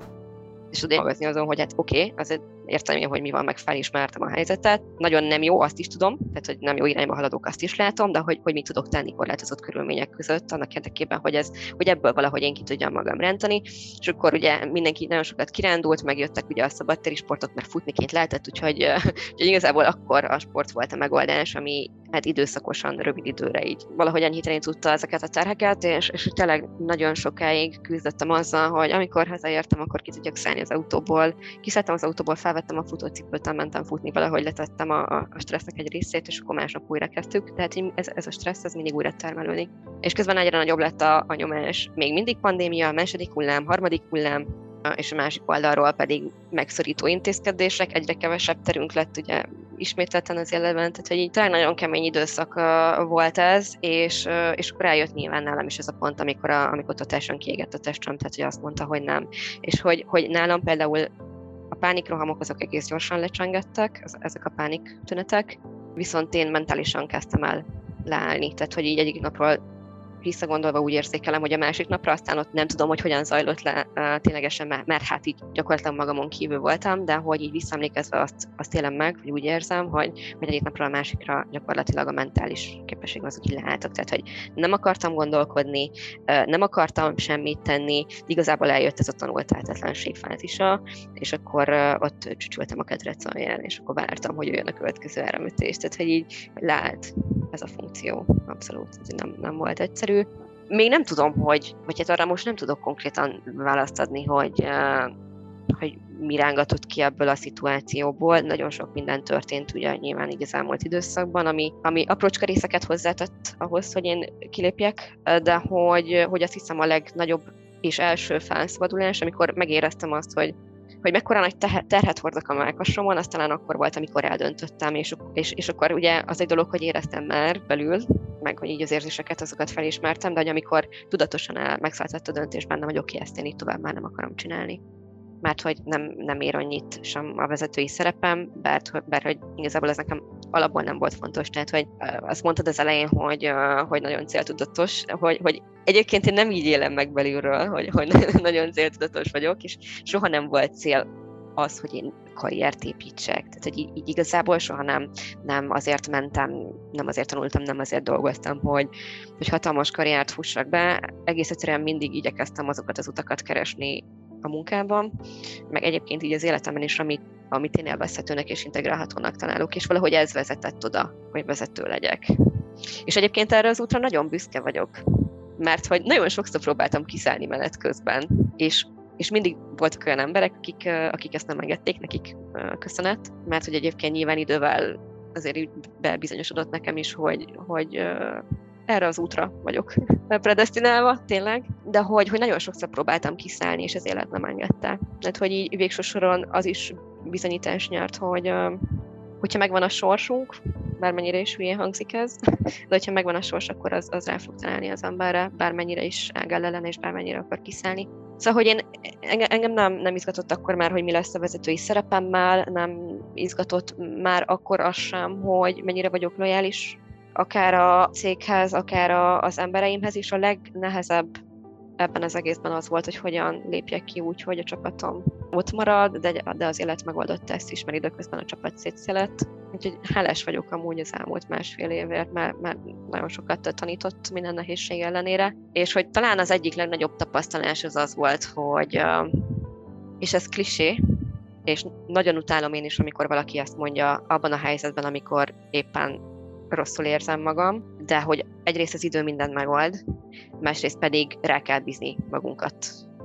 és tudod magazni azon, hogy hát oké, okay, azért értem én, hogy mi van, meg felismertem a helyzetet. Nagyon nem jó, azt is tudom, tehát hogy nem jó irányba haladok, azt is látom, de hogy, hogy mit tudok tenni korlátozott körülmények között, annak érdekében, hogy, ez, hogy ebből valahogy én ki tudjam magam rántani. És akkor ugye mindenki nagyon sokat kirándult, megjöttek ugye a szabadtéri sportok, mert futniként lehetett, úgyhogy, úgyhogy igazából akkor a sport volt a megoldás, ami hát időszakosan, rövid időre így valahogy enyhíteni tudta ezeket a terheket, és, és tényleg nagyon sokáig küzdöttem azzal, hogy amikor hazaértem, akkor ki tudjak szállni az autóból. Kiszálltam az autóból, felvettem a futócipőt, mentem futni, valahogy letettem a, a stressznek egy részét, és akkor másnap újra kezdtük. Tehát ez, ez a stressz, ez mindig újra termelődik. És közben egyre nagyobb lett a, a nyomás. Még mindig pandémia, második hullám, harmadik hullám, és a másik oldalról pedig megszorító intézkedések, egyre kevesebb terünk lett ugye ismételten az életben, tehát hogy így talán nagyon kemény időszak uh, volt ez, és, uh, és akkor eljött nyilván nálam is ez a pont, amikor, a, amikor totálisan kiégett a testem, tehát hogy azt mondta, hogy nem. És hogy, hogy nálam például a pánikrohamok azok egész gyorsan lecsengettek, ezek a pánik tünetek, viszont én mentálisan kezdtem el leállni, tehát hogy így egyik napról visszagondolva úgy érzékelem, hogy a másik napra aztán ott nem tudom, hogy hogyan zajlott le uh, ténylegesen, mert, mert hát így gyakorlatilag magamon kívül voltam, de hogy így visszaemlékezve azt, azt élem meg, vagy úgy érzem, hogy, hogy egyik napról a másikra gyakorlatilag a mentális képességem azok így leálltak. Tehát, hogy nem akartam gondolkodni, uh, nem akartam semmit tenni, igazából eljött ez a tanult tehetetlenség fázisa, és akkor uh, ott csücsültem a kedvenc alján, és akkor vártam, hogy jöjjön a következő áramütés. Tehát, hogy így leállt ez a funkció. Abszolút, ez nem, nem volt egyszerű. Még nem tudom, hogy, vagy hát arra most nem tudok konkrétan választ adni, hogy, uh, hogy mi rángatott ki ebből a szituációból. Nagyon sok minden történt ugye nyilván így az elmúlt időszakban, ami, ami aprócska részeket hozzátett ahhoz, hogy én kilépjek, de hogy, hogy azt hiszem a legnagyobb és első felszabadulás, amikor megéreztem azt, hogy hogy mekkora nagy terhet hordok a mellkasomon, az talán akkor volt, amikor eldöntöttem, és, és, és akkor ugye az egy dolog, hogy éreztem már belül, meg hogy így az érzéseket, azokat felismertem, de hogy amikor tudatosan el, megszállt a döntés bennem, hogy oké, okay, ezt én így tovább már nem akarom csinálni. Mert hogy nem, nem ér annyit sem a vezetői szerepem, bár, bár hogy igazából ez nekem alapból nem volt fontos. Tehát, hogy azt mondtad az elején, hogy, hogy nagyon céltudatos, hogy, hogy egyébként én nem így élem meg belülről, hogy, hogy nagyon céltudatos vagyok, és soha nem volt cél az, hogy én karriert építsek. Tehát, hogy így, így igazából soha nem, nem azért mentem, nem azért tanultam, nem azért dolgoztam, hogy, hogy hatalmas karriert fussak be. Egész egyszerűen mindig igyekeztem azokat az utakat keresni, a munkában, meg egyébként így az életemben is, amit, amit én élvezhetőnek és integrálhatónak találok, és valahogy ez vezetett oda, hogy vezető legyek. És egyébként erre az útra nagyon büszke vagyok, mert hogy nagyon sokszor próbáltam kiszállni menet közben, és, és mindig voltak olyan emberek, akik, akik ezt nem engedték, nekik köszönet, mert hogy egyébként nyilván idővel azért így bebizonyosodott nekem is, hogy, hogy erre az útra vagyok predesztinálva, tényleg, de hogy, hogy nagyon sokszor próbáltam kiszállni, és az élet nem engedte. Tehát, hogy így végső soron az is bizonyítás nyert, hogy hogyha megvan a sorsunk, bármennyire is hülyén hangzik ez, de hogyha megvan a sors, akkor az, az rá fog találni az emberre, bármennyire is ágál ellen, és bármennyire akar kiszállni. Szóval, hogy én, engem nem, nem izgatott akkor már, hogy mi lesz a vezetői szerepemmel, nem izgatott már akkor az sem, hogy mennyire vagyok lojális akár a céghez, akár a, az embereimhez, és a legnehezebb ebben az egészben az volt, hogy hogyan lépjek ki úgy, hogy a csapatom ott marad, de, de az élet megoldotta ezt is, mert időközben a csapat szétszélett. Úgyhogy hálás vagyok amúgy az elmúlt másfél évért, mert, mert nagyon sokat tanított minden nehézség ellenére. És hogy talán az egyik legnagyobb tapasztalás az az volt, hogy, és ez klisé, és nagyon utálom én is, amikor valaki ezt mondja abban a helyzetben, amikor éppen rosszul érzem magam, de hogy egyrészt az idő mindent megold, másrészt pedig rá kell bízni magunkat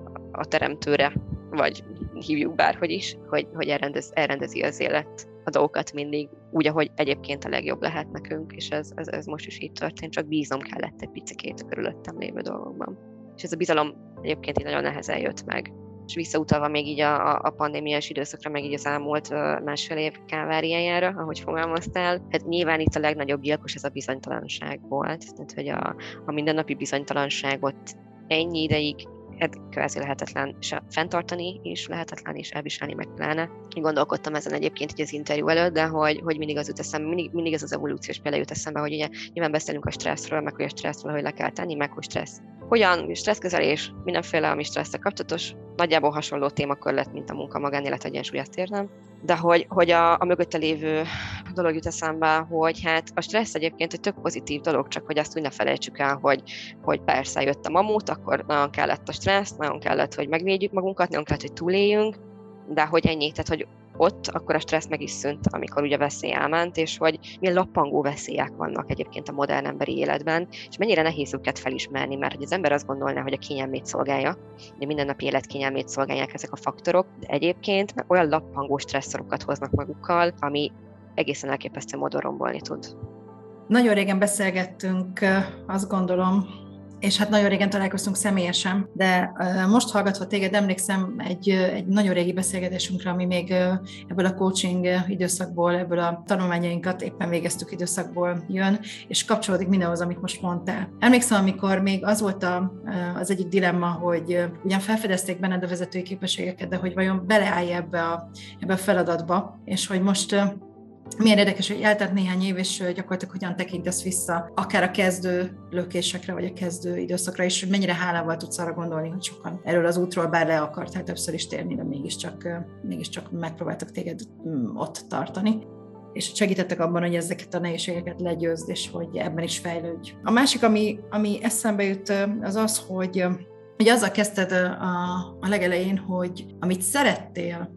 a teremtőre, vagy hívjuk bárhogy is, hogy, hogy elrendez, elrendezi az élet a dolgokat mindig úgy, ahogy egyébként a legjobb lehet nekünk, és ez, ez, ez most is így történt, csak bíznom kellett egy picikét a körülöttem lévő dolgokban. És ez a bizalom egyébként így nagyon nehezen jött meg. És visszautalva még így a, a pandémiás időszakra, meg így az elmúlt másfél év káváriájára, ahogy fogalmaztál, hát nyilván itt a legnagyobb gyilkos ez a bizonytalanság volt, tehát hogy a, a mindennapi bizonytalanságot ennyi ideig hát kvázi lehetetlen fenntartani, és lehetetlen is elviselni meg pláne. Én gondolkodtam ezen egyébként így az interjú előtt, de hogy, hogy mindig az jut eszembe, mindig, mindig ez az evolúciós példa jut eszembe, hogy ugye nyilván beszélünk a stresszről, meg hogy a stresszről, hogy le kell tenni, meg hogy stressz. Hogyan stresszkezelés, mindenféle, ami stresszel kapcsolatos, nagyjából hasonló témakör lett, mint a munka magánélet egyensúly, ezt érzem. De hogy, hogy a, a mögötte lévő dolog jut eszembe, hogy hát a stressz egyébként egy tök pozitív dolog, csak hogy azt úgy ne felejtsük el, hogy, hogy persze jött a mamut, akkor nagyon kellett a stressz, nagyon kellett, hogy megvédjük magunkat, nagyon kellett, hogy túléljünk, de hogy ennyi, tehát hogy ott akkor a stressz meg is szűnt, amikor ugye a veszély elment, és hogy milyen lappangó veszélyek vannak egyébként a modern emberi életben, és mennyire nehéz őket felismerni, mert hogy az ember azt gondolná, hogy a kényelmét szolgálja, de mindennapi élet kényelmét szolgálják ezek a faktorok, de egyébként olyan lappangó stresszorokat hoznak magukkal, ami egészen elképesztő módon rombolni tud. Nagyon régen beszélgettünk, azt gondolom, és hát nagyon régen találkoztunk személyesen, de most hallgatva téged emlékszem egy, egy nagyon régi beszélgetésünkre, ami még ebből a coaching időszakból, ebből a tanulmányainkat éppen végeztük időszakból jön, és kapcsolódik mindenhoz, amit most mondtál. Emlékszem, amikor még az volt a, az egyik dilemma, hogy ugyan felfedezték benned a vezetői képességeket, de hogy vajon beleállj ebbe a, ebbe a feladatba, és hogy most milyen érdekes, hogy eltelt néhány év, és gyakorlatilag hogyan tekintesz vissza, akár a kezdő lökésekre, vagy a kezdő időszakra is, hogy mennyire hálával tudsz arra gondolni, hogy sokan erről az útról bár le akartál többször is térni, de mégiscsak, mégiscsak megpróbáltak téged ott tartani. És segítettek abban, hogy ezeket a nehézségeket legyőzd, és hogy ebben is fejlődj. A másik, ami, ami eszembe jut, az az, hogy, hogy azzal kezdted a, a legelején, hogy amit szerettél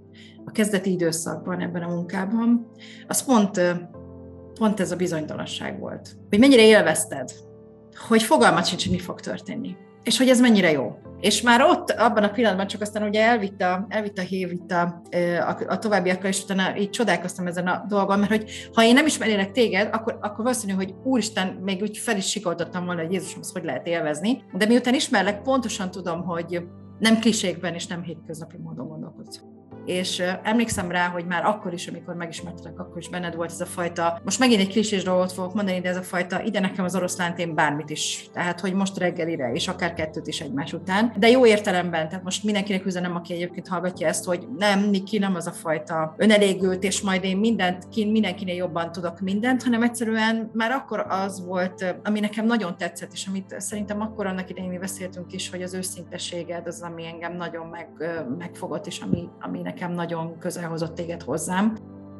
a kezdeti időszakban, ebben a munkában, az pont, pont ez a bizonytalanság volt. Hogy mennyire élvezted, hogy fogalmat sincs, hogy mi fog történni, és hogy ez mennyire jó. És már ott, abban a pillanatban csak aztán ugye elvitt a, elvitt a hív itt a, a, a továbbiakkal, és utána így csodálkoztam ezen a dolgon, mert hogy ha én nem ismerélek téged, akkor, akkor valószínű, hogy úristen, még úgy fel is sikoltottam volna, hogy Jézusom, azt hogy lehet élvezni. De miután ismerlek, pontosan tudom, hogy nem klisékben és nem hétköznapi módon gondolkodsz. És emlékszem rá, hogy már akkor is, amikor megismertelek, akkor is benned volt ez a fajta, most megint egy klisés dolgot fogok mondani, de ez a fajta, ide nekem az oroszlánt, én bármit is. Tehát, hogy most reggelire, és akár kettőt is egymás után. De jó értelemben, tehát most mindenkinek üzenem, aki egyébként hallgatja ezt, hogy nem, Niki nem az a fajta önelégült, és majd én mindent, mindenkinél jobban tudok mindent, hanem egyszerűen már akkor az volt, ami nekem nagyon tetszett, és amit szerintem akkor annak idején mi beszéltünk is, hogy az őszintességed az, ami engem nagyon meg, megfogott, és ami, ami nekem nagyon közel hozott téged hozzám.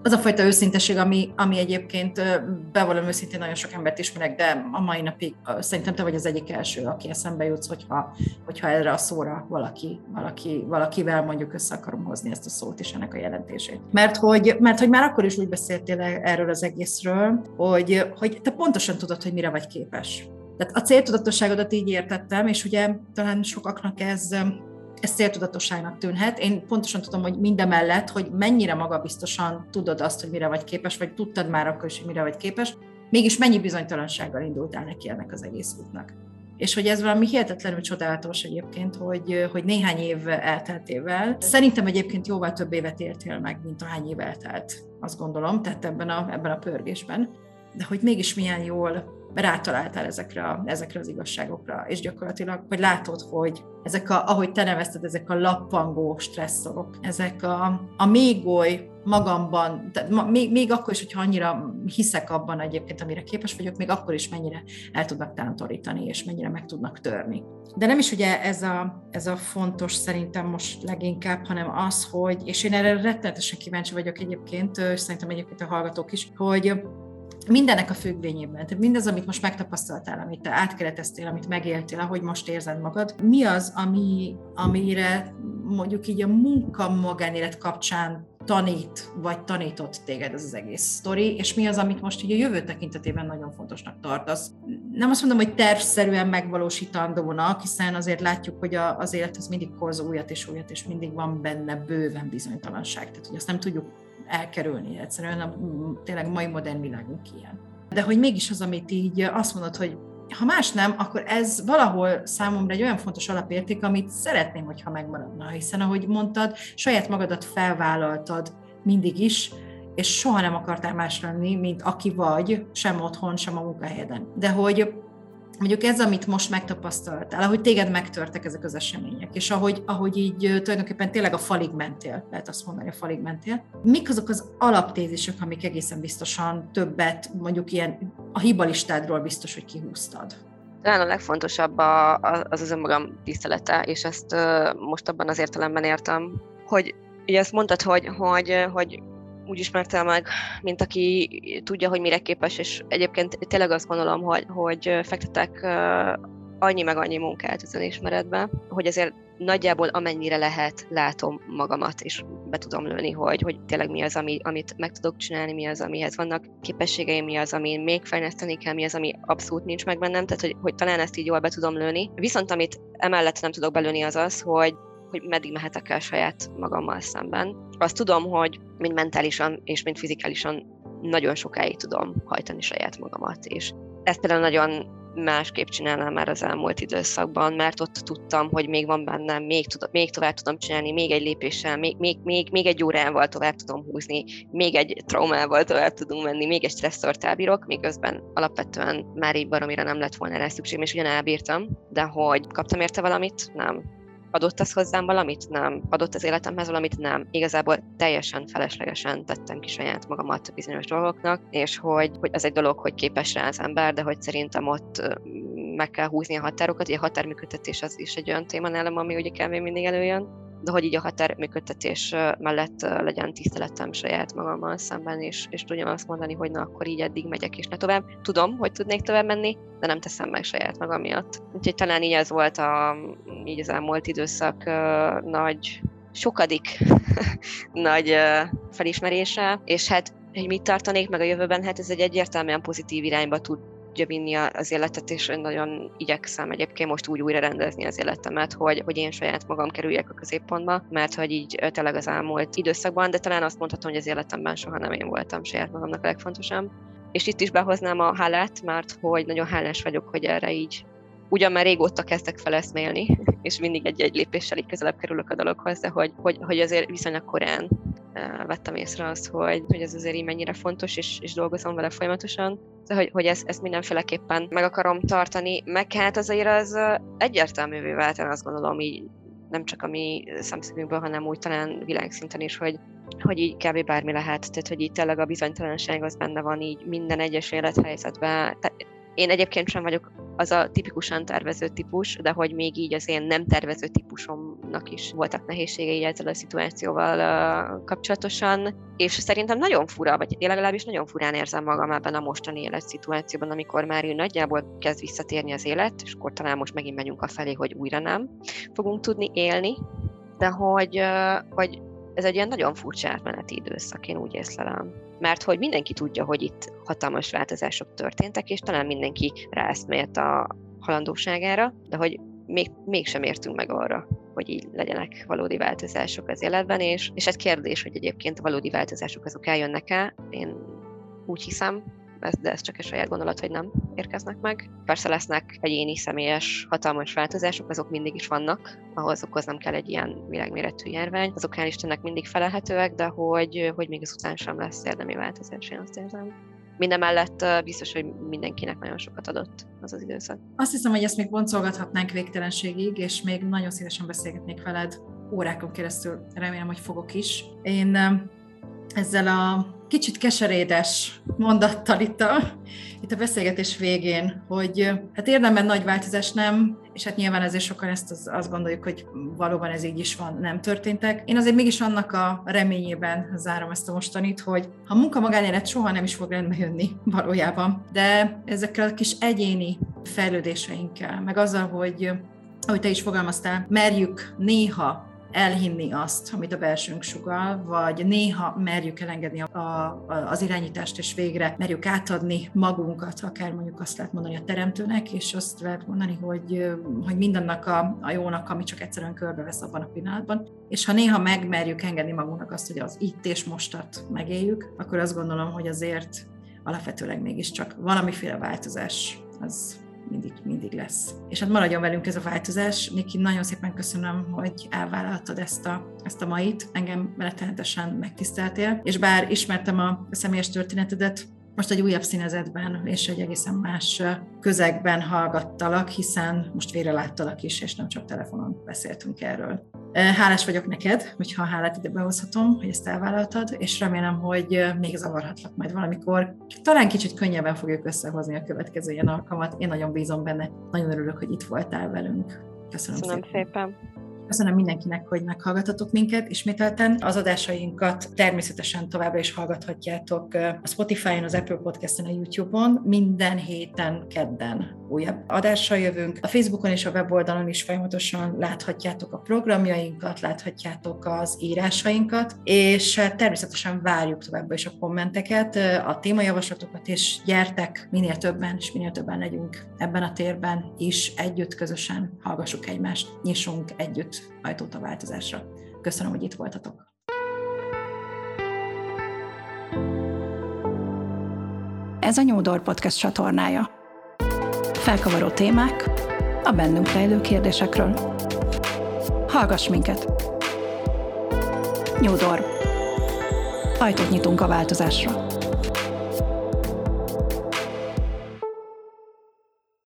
az a fajta őszinteség, ami, ami egyébként bevallom őszintén nagyon sok embert ismerek, de a mai napig szerintem te vagy az egyik első, aki eszembe jutsz, hogyha, hogyha erre a szóra valaki, valaki, valakivel mondjuk össze akarom hozni ezt a szót és ennek a jelentését. Mert hogy, mert hogy már akkor is úgy beszéltél erről az egészről, hogy, hogy te pontosan tudod, hogy mire vagy képes. Tehát a céltudatosságodat így értettem, és ugye talán sokaknak ez... ez céltudatosságnak tűnhet. Én pontosan tudom, hogy mindemellett, hogy mennyire magabiztosan tudod azt, hogy mire vagy képes, vagy tudtad már akkor is, hogy mire vagy képes, mégis mennyi bizonytalansággal indultál neki ennek az egész útnak. És hogy ez valami hihetetlenül csodálatos egyébként, hogy, hogy néhány év elteltével, szerintem egyébként jóval több évet éltél meg, mint ahány év eltelt, azt gondolom, tehát ebben a, ebben a pörgésben, de hogy mégis milyen jól rátaláltál ezekre, a, ezekre az igazságokra, és gyakorlatilag, hogy látod, hogy ezek a, ahogy te nevezted, ezek a lappangó stresszorok, ezek a, a még oly magamban, de még, még akkor is, hogyha annyira hiszek abban egyébként, amire képes vagyok, még akkor is mennyire el tudnak tántorítani, és mennyire meg tudnak törni. De nem is ugye ez a, ez a fontos szerintem most leginkább, hanem az, hogy, és én erre rettenetesen kíváncsi vagyok egyébként, és szerintem egyébként a hallgatók is, hogy mindennek a függvényében, tehát mindaz, amit most megtapasztaltál, amit te átkereteztél, amit megéltél, ahogy most érzed magad, mi az, ami, amire mondjuk így a munka magánélet kapcsán tanít, vagy tanított téged ez az egész sztori, és mi az, amit most így a jövő tekintetében nagyon fontosnak tartasz. Nem azt mondom, hogy tervszerűen megvalósítandónak, hiszen azért látjuk, hogy a, az élet az mindig hoz újat és újat, és mindig van benne bőven bizonytalanság, tehát hogy azt nem tudjuk elkerülni egyszerűen, a, tényleg mai modern világunk ilyen. De hogy mégis az, amit így azt mondod, hogy ha más nem, akkor ez valahol számomra egy olyan fontos alapérték, amit szeretném, hogyha megmaradna, hiszen ahogy mondtad, saját magadat felvállaltad mindig is, és soha nem akartál más lenni, mint aki vagy, sem otthon, sem a munkahelyeden. De hogy mondjuk ez, amit most megtapasztaltál, ahogy téged megtörtek ezek az események, és ahogy, ahogy így tulajdonképpen tényleg a falig mentél, lehet azt mondani, a falig mentél, mik azok az alaptézisek, amik egészen biztosan többet, mondjuk ilyen a hibalistádról biztos, hogy kihúztad? Talán a legfontosabb a, a, az az önmagam tisztelete, és ezt uh, most abban az értelemben értem, hogy ugye ezt mondtad, hogy, hogy, hogy úgy ismertél meg, mint aki tudja, hogy mire képes, és egyébként tényleg azt gondolom, hogy, hogy fektetek uh, annyi meg annyi munkát az önismeretbe, hogy azért nagyjából amennyire lehet, látom magamat, és be tudom lőni, hogy, hogy tényleg mi az, ami, amit meg tudok csinálni, mi az, amihez vannak képességeim, mi az, ami még fejleszteni kell, mi az, ami abszolút nincs meg bennem, tehát hogy, hogy talán ezt így jól be tudom lőni. Viszont amit emellett nem tudok belőni az az, hogy hogy meddig mehetek el saját magammal szemben. Azt tudom, hogy mind mentálisan és mind fizikálisan nagyon sokáig tudom hajtani saját magamat, és ezt például nagyon másképp csinálnám már az elmúlt időszakban, mert ott tudtam, hogy még van bennem, még, tud, még tovább tudom csinálni, még egy lépéssel, még, még, még, még egy órával tovább tudom húzni, még egy traumával tovább tudunk menni, még egy stresszort elbírok, miközben alapvetően már így baromira nem lett volna rá szükségem, és ugyan elbírtam, de hogy kaptam érte valamit? Nem. Adott ez hozzám valamit? Nem. Adott az életemhez valamit? Nem. Igazából teljesen feleslegesen tettem ki saját magamat bizonyos dolgoknak, és hogy, hogy az egy dolog, hogy képes rá az ember, de hogy szerintem ott meg kell húzni a határokat. Ugye a határműködtetés az is egy olyan téma nálam, ami ugye kell még mindig előjön, de hogy így a határműködtetés mellett legyen tiszteletem saját magammal szemben, és, és tudjam azt mondani, hogy na, akkor így eddig megyek, és ne tovább. Tudom, hogy tudnék tovább menni, de nem teszem meg saját magam miatt. Úgyhogy talán így ez volt a, így az elmúlt időszak uh, nagy, sokadik nagy uh, felismerése, és hát, hogy mit tartanék meg a jövőben, hát ez egy egyértelműen pozitív irányba tud tudja vinni az életet, és nagyon igyekszem egyébként most úgy újra rendezni az életemet, hogy, hogy én saját magam kerüljek a középpontba, mert hogy így tényleg az elmúlt időszakban, de talán azt mondhatom, hogy az életemben soha nem én voltam saját magamnak a legfontosabb. És itt is behoznám a hálát, mert hogy nagyon hálás vagyok, hogy erre így ugyan már régóta kezdtek feleszmélni, és mindig egy-egy lépéssel így közelebb kerülök a dologhoz, de hogy, hogy, hogy azért viszonylag korán uh, vettem észre azt, hogy, hogy ez azért így mennyire fontos, és, és dolgozom vele folyamatosan. De hogy, hogy ezt, ezt mindenféleképpen meg akarom tartani, meg hát azért az egyértelművé vált, én azt gondolom így nem csak a mi szemszögünkből, hanem úgy talán világszinten is, hogy, hogy így kb. Bármi lehet, tehát hogy így tényleg a bizonytalanság az benne van így minden egyes élethelyzetben. Én egyébként sem vagyok az a tipikusan tervező típus, de hogy még így az én nem tervező típusomnak is voltak nehézségei ezzel a szituációval uh, kapcsolatosan, és szerintem nagyon fura, vagy én legalábbis nagyon furán érzem magam ebben a mostani életszituációban, amikor már ő nagyjából kezd visszatérni az élet, és akkor talán most megint megyünk afelé, hogy újra nem fogunk tudni élni, de hogy, uh, hogy ez egy ilyen nagyon furcsa átmeneti időszak, én úgy észlelem. Mert hogy mindenki tudja, hogy itt hatalmas változások történtek, és talán mindenki ráeszmélt a halandóságára, de hogy még, mégsem értünk meg arra, hogy így legyenek valódi változások az életben, és, és egy kérdés, hogy egyébként valódi változások azok eljönnek-e. Én úgy hiszem, de ez csak egy saját gondolat, hogy nem érkeznek meg. Persze lesznek egyéni, személyes, hatalmas változások, azok mindig is vannak, ahhoz okoznom kell egy ilyen világméretű járvány. Azok hál' Istennek mindig felelhetőek, de hogy, hogy még ezután sem lesz érdemi változás, én azt érzem. Mindemellett biztos, hogy mindenkinek nagyon sokat adott az az időszak. Azt hiszem, hogy ezt még boncolgathatnánk végtelenségig, és még nagyon szívesen beszélgetnék veled órákon keresztül, remélem, hogy fogok is. Én ezzel a kicsit keserédes mondattal itt a, itt a beszélgetés végén, hogy hát érdemben nagy változás nem, és hát nyilván ezért sokan ezt az, azt gondoljuk, hogy valóban ez így is van, nem történtek. Én azért mégis annak a reményében zárom ezt a mostanit, hogy a munka-magánélet soha nem is fog rendbe jönni valójában, de ezekkel a kis egyéni fejlődéseinkkel, meg azzal, hogy ahogy te is fogalmaztál, merjük néha elhinni azt, amit a belsőnk sugall, vagy néha merjük elengedni a, a, az irányítást, és végre merjük átadni magunkat, akár mondjuk azt lehet mondani a teremtőnek, és azt lehet mondani, hogy, hogy mindennek a, a jónak, ami csak egyszerűen körbevesz abban a pillanatban. És ha néha megmerjük engedni magunknak azt, hogy az itt és mostat megéljük, akkor azt gondolom, hogy azért alapvetőleg mégiscsak valamiféle változás az mindig, mindig lesz. És hát maradjon velünk ez a változás. Niki, nagyon szépen köszönöm, hogy elvállaltad ezt a, ezt a mait. Engem rettenetesen megtiszteltél, és bár ismertem a személyes történetedet, most egy újabb színezetben és egy egészen más közegben hallgattalak, hiszen most végre láttalak is, és nem csak telefonon beszéltünk erről. Hálás vagyok neked, hogyha a hálát ide behozhatom, hogy ezt elvállaltad, és remélem, hogy még zavarhatlak majd valamikor. Talán kicsit könnyebben fogjuk összehozni a következő ilyen alkalmat. Én nagyon bízom benne. Nagyon örülök, hogy itt voltál velünk. Köszönöm, Köszönöm szépen. szépen. Köszönöm mindenkinek, hogy meghallgatatok minket ismételten. Az adásainkat természetesen továbbra is hallgathatjátok a Spotify-on, az Apple Podcast-en, a YouTube-on. Minden héten, kedden újabb adással jövünk. A Facebookon és a weboldalon is folyamatosan láthatjátok a programjainkat, láthatjátok az írásainkat, és természetesen várjuk továbbra is a kommenteket, a témajavaslatokat, és gyertek minél többen, és minél többen legyünk ebben a térben is együtt, közösen hallgassuk egymást, nyissunk együtt ajtót a változásra. Köszönöm, hogy itt voltatok. Ez a New Door Podcast csatornája. Felkavaró témák a bennünk rejlő kérdésekről. Hallgass minket! New Door. Ajtót nyitunk a változásra.